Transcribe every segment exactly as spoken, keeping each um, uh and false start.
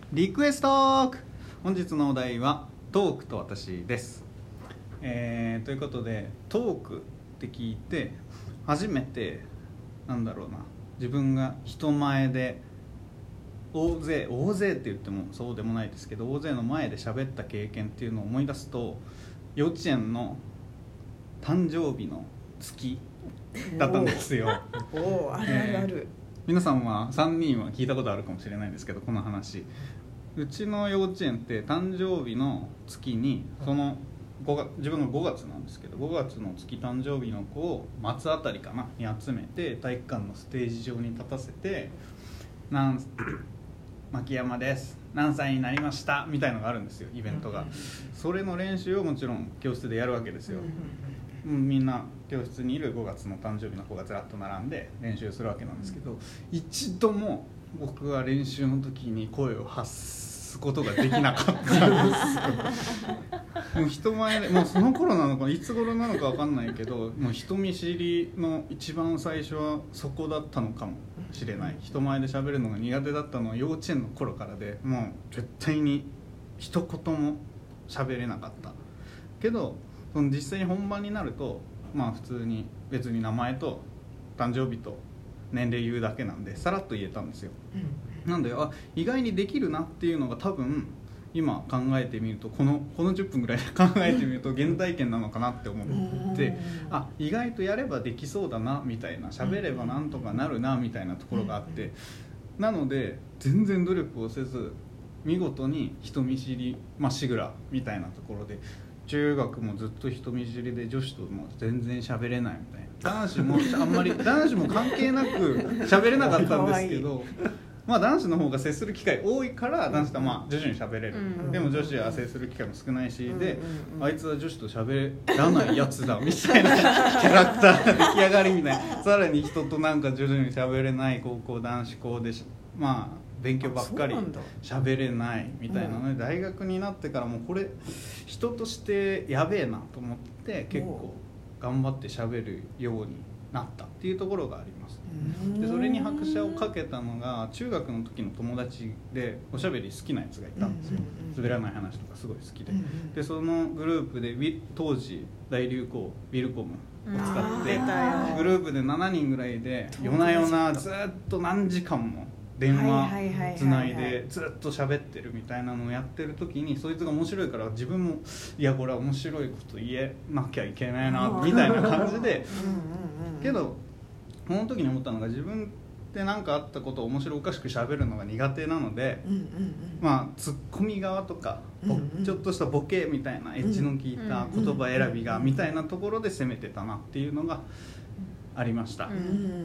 リクエストーク。本日のお題はトークと私です、えー、ということでトークって聞いて初めてなんだろうな自分が人前で大勢大勢って言ってもそうでもないですけど大勢の前で喋った経験っていうのを思い出すと幼稚園の誕生日の月だったんですよ。 おお、あるあるある、えー、 皆さんはさんにんは聞いたことあるかもしれないんですけどこの話うちの幼稚園って誕生日の月にそのごがつ自分がごがつなんですけどごがつの月誕生日の子を末あたりかなに集めて体育館のステージ上に立たせてなん牧山です何歳になりましたみたいのがあるんですよイベントが。それの練習をもちろん教室でやるわけですよ。みんな教室にいるごがつの誕生日の子がずらっと並んで練習するわけなんですけど、一度も僕は練習の時に声を発すことができなかったんですよ。もう人前でもうその頃なのかいつ頃なのか分かんないけどもう人見知りの一番最初はそこだったのかもしれない。人前で喋るのが苦手だったのは幼稚園の頃からでもう絶対に一言も喋れなかったけどその実際に本番になるとまあ普通に別に名前と誕生日と年齢言うだけなんでさらっと言えたんですよ、うん、なんであ意外にできるなっていうのが多分今考えてみるとこのこのじゅっぷんぐらいで考えてみると原体験なのかなって思ってあ意外とやればできそうだなみたいな喋ればなんとかなるなみたいなところがあってなので全然努力をせず見事に人見知りまっしぐらみたいなところで中学もずっと人見知りで女子とも全然喋れないみたいな男子もあんまり男子も関係なく喋れなかったんですけどまあ男子の方が接する機会多いから男子とまあ徐々に喋れる、うん、でも女子は接する機会も少ないし、うん、で、うん、あいつは女子と喋らないやつだみたいなキャラクターが出来上がりみたいなさらに人となんか徐々に喋れない高校男子校でまあ勉強ばっかり喋れないみたいなので、うん、大学になってからもうこれ人としてやべえなと思って結構頑張って喋るようになったっていうところがあります。でそれに拍車をかけたのが中学の時の友達でおしゃべり好きなやつがいたんですよ。滑らない話とかすごい好きで、でそのグループで当時大流行ウィルコムを使ってグループでしちにんぐらいで夜な夜なずっと何時間も電話つないでずっと喋ってるみたいなのをやってる時にそいつが面白いから自分もいやこれは面白いこと言えなきゃいけないなみたいな感じでけどこの時に思ったのが自分って何かあったことを面白おかしく喋るのが苦手なので、うんうんうん、まあツッコミ側とか、うんうん、ちょっとしたボケみたいなエッジの効いた言葉選びがみたいなところで攻めてたなっていうのがありました、うん、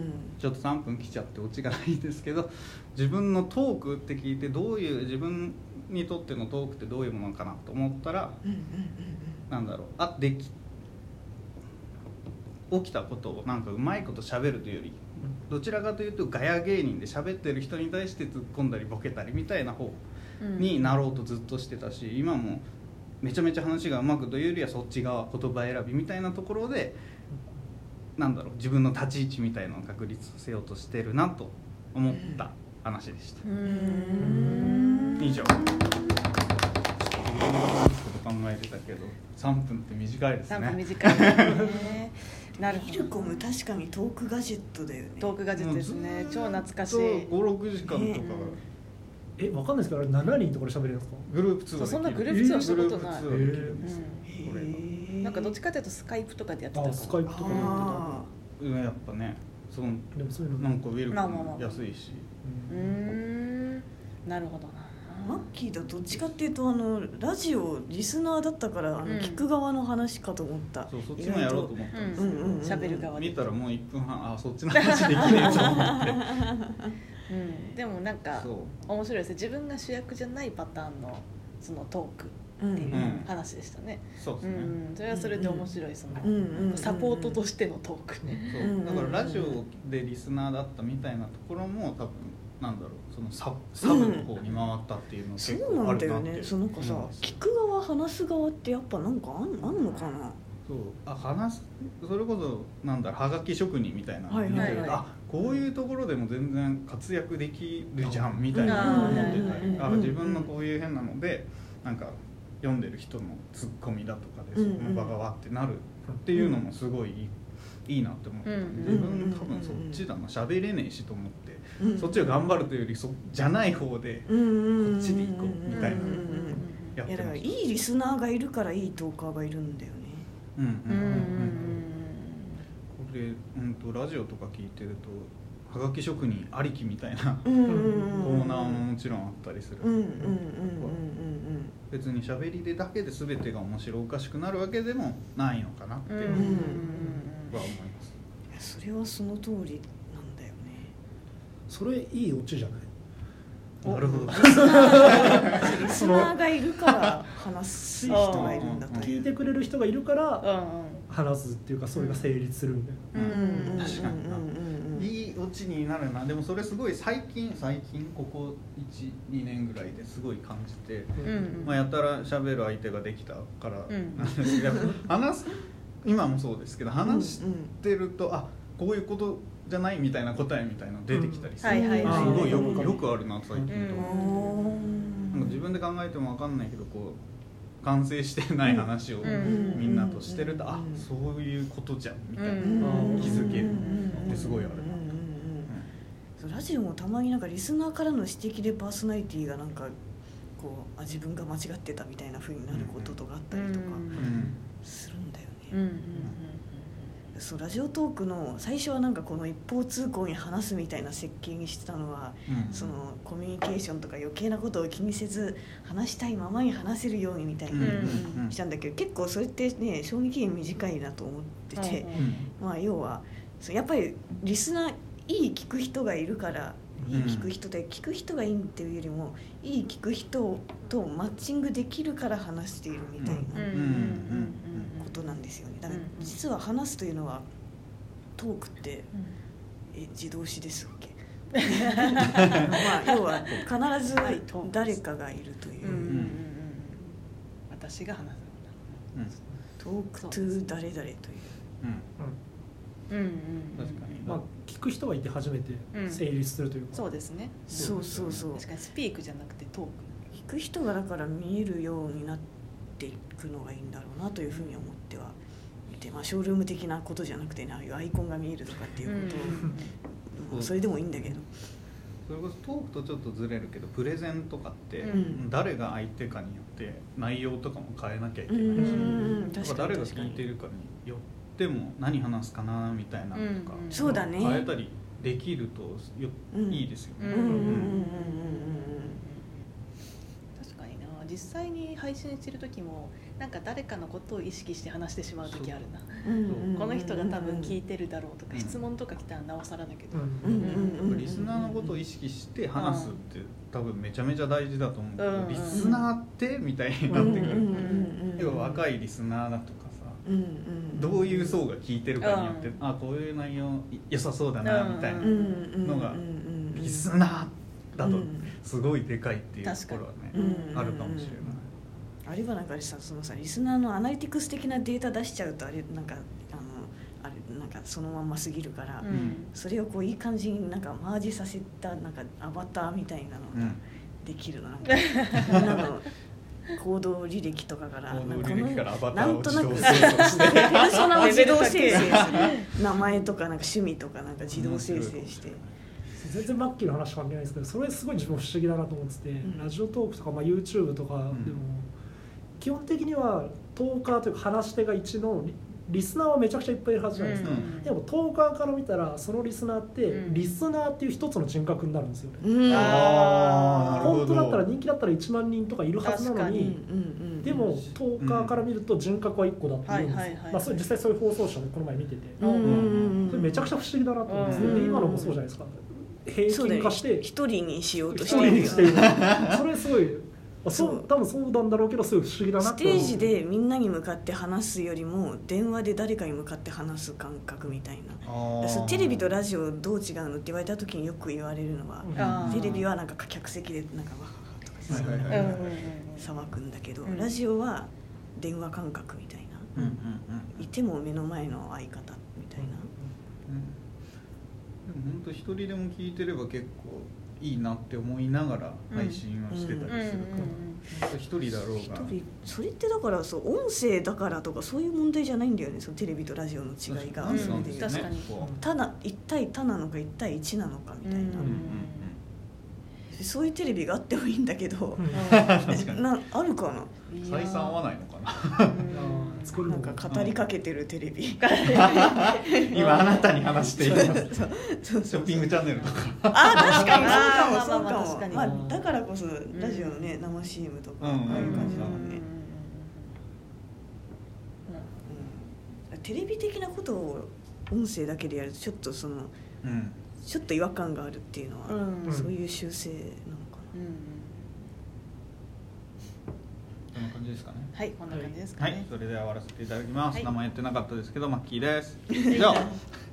ちょっとさんぷん来ちゃってオチがないですけど自分のトークって聞いてどういう自分にとってのトークってどういうものかなと思ったら、うんうんうんうん、なんだろうあでき起きたことをなんかうまいこと喋るというよりどちらかというとガヤ芸人で喋ってる人に対して突っ込んだりボケたりみたいな方になろうとずっとしてたし、今もめちゃめちゃ話がうまくというよりはそっち側言葉選びみたいなところでなんだろう自分の立ち位置みたいなのを確立させようとしてるなと思った話でした。うーん以上考えてたけどさんぷんって短いですね。さんぷん短いねなるほど。ミルコム確かにトークガジェットだよね。 トークガジェットですね。超懐かしい。 ご、ろくじかんとか、ね、 え、わかんないですけどあれしちにんとかで喋れるんですか？ グループツーはそんなグループツーはしたことない。 えー、 なんかどっちかというとスカイプとかでやってたから。あ、スカイプとかでやってた。やっぱね、そのでもそういうのなんかウィルコム安いし。 うーん、なるほどな。 マッキーだどっちかっていうとあのラジオリスナーだったからあの、うん、聞く側の話かと思った。 そうそっちもやろうと思ったんですけど、 うんうん、喋る側で見たらもういっぷんはんあそっちの話できねえと思って、 うん、でもなんか面白いですね。自分が主役じゃないパターンのそのトークっていう話でしたね、 うん、そうですね、 うん、それはそれで面白いその、うんうん、サポートとしてのトークね。 そうだからラジオでリスナーだったみたいなところも多分なんだろうその サ, サブの方に回ったっていうのは結構あるなっていう、うん、そうなんだよね。 そのなんかさ、聞く側話す側ってやっぱなんかあ ん, あんのかな。 そうあ話すそれこそなんだろうはがき職人みたいなの見てる、はいはいはい、あこういうところでも全然活躍できるじゃんみたいな思ってたり、 あ自分のこういう変なのでなんか読んでる人のツッコミだとかでその場がわってなるっていうのもすごいいい、いいなって思った、うん、自分多分そっちだな喋れねえしと思って、うん、そっちを頑張るというよりそじゃない方でこっちで行こうみたいなやってました。いやだからいいリスナーがいるからいいトーカーがいるんだよね。うんうんうんうん、 これ、うん、とラジオとか聞いてるとはがき職人ありきみたいなコーナーももちろんあったりする。別に喋りでだけで全てが面白おかしくなるわけでもないのかなっていうのは思います。 それはその通りなんだよね。 それいいオチじゃない。 なるほど。 リスナーがいるから話す人がいるんだと。 聞いてくれる人がいるから話すっていうかそれが成立するんだよ。 確かにいいオチになるな。でもそれすごい最近最近ここいち、にねんぐらいですごい感じて、まあやたら喋る相手ができたからなんですけど、話す今もそうですけど話してるとあこういうことじゃないみたいな答えみたいなの出てきたりする。すごいよくよくあるな最近と。なんか自分で考えても分かんないけどこう完成してない話をみんなとしてるとあそういうことじゃんみたいな気づけるのってすごいあるな。 ラジオもたまになんかリスナーからの指摘でパーソナリティがなんかこうあ自分が間違ってたみたいな風になることとかあったりとかするんだよね。うんうんうんそうラジオトークの最初はなんかこの一方通行に話すみたいな設計にしてたのは、うん、そのコミュニケーションとか余計なことを気にせず話したいままに話せるようにみたいにしたんだけど、結構それってね賞味期限短いなと思ってて、うん、まあ要はやっぱりリスナーいい聞く人がいるからいい聞く人で聞く人がいいっていうよりもいい聞く人とマッチングできるから話しているみたいなことなんですよね。だから実は話すというのはトークってえ自動詞ですっけまあ要は必ず誰かがいるという、うんうんうん、 私が話すのだ、トークトゥ誰々という、 うんうんうん、 確かに、 まあ、聞く人がいて初めて成立するというか、うん、 そうですね。 そうそうそう。 確かにスピークじゃなくてトーク。 聞く人がだから見えるようになっていくのがいいんだろうなというふうに思っては見て、まあショールーム的なことじゃなくてね、ああいうアイコンが見えるとかっていうことを、うん、それでもいいんだけど。 それこそトークとちょっとずれるけどプレゼンとかって誰が相手かによって内容とかも変えなきゃいけないし、うん、誰が聞いてるかによってでも何話すかなみたいなのとか、 うん、そうだね、 変えたりできるとよ、うん、いいですよね。 確かにな。実際に配信してる時もなんか誰かのことを意識して話してしまう時あるな。この人が多分聞いてるだろうとか、うん、質問とか来たらなおさらだけど、 うんうん、リスナーのことを意識して話すって多分めちゃめちゃ大事だと思うけど、うん、リスナーってみたいになってくる。要は若いリスナーだとかうんうん、どういう層が聞いてるかによって、うん、あこういう内容良さそうだなみたいなのがリスナーだとすごいでかいっていうところはね、うん、あるかもしれない。 あれはなんかさ、そのさリスナーのアナリティクス的なデータ出しちゃうとあれなんかあのあれなんかそのまんますぎるから、うん、それをこういい感じになんかマージさせたなんかアバターみたいなのができるの、なんかみんなの行動履歴とかから行動履歴からアバターを自動生成してペルソナを自動生成する名前とかなんか趣味とかなんか自動生成して、 全然マッキーの話関係ないですけど、それすごい自分不思議だなと思ってて、うん、ラジオトークとか、まあ、YouTube とかでも、うん、基本的にはトーカーというか話し手が一のリスナーはめちゃくちゃいっぱいいるはずじゃないですか、うん、でもトーカーから見たらそのリスナーってリスナーっていう一つの人格になるんですよね、うん、あ本当だったら人気だったらいちまんにんとかいるはずなのに、でもトーカーから見ると人格はいっこだって言うんですよ、まあ、それ実際そういう放送者でこの前見てて、うん、それめちゃくちゃ不思議だなと思うんですけど、で今のもそうじゃないですか、平均化して一人にしようとしてるよそれすごいそう多分そうなんだろうけどすごい不思議だなって。ステージでみんなに向かって話すよりも電話で誰かに向かって話す感覚みたいな。そうテレビとラジオどう違うのって言われた時によく言われるのは、テレビはなんか客席でなんかわーとか騒ぐんだけど、うん、ラジオは電話感覚みたいな、うんうんうん、いても目の前の相方みたいな、 うんうん、でも本当一人でも聞いてれば結構いいなって思いながら配信をしてたりするから、一人だろうがそれってだからそう音声だからとかそういう問題じゃないんだよね。そのテレビとラジオの違いが、 うん、そうですね、確かにただいち対多なのかいち対いちなのかみたいな、うんうんうん、そういうテレビがあってもいいんだけど、うん、なあるかな。 採算合わないのかな。 作るなんか語りかけてるテレビ、うん、 今あなたに話していますショッピングチャンネルとかあ確かにそうかもそうかも、まあ、だからこそラジオのね、うん、生 シーエム とかああいう感じだもんね、うん、テレビ的なことを音声だけでやるとちょっとその、うん、ちょっと違和感があるっていうのは、うん、そういう習性なのかな、うんこんな感じですかね。 はい、こんな感じですかね。 はい、それでは終わらせていただきます。はい、名前言ってなかったですけど、マッキーです。以上。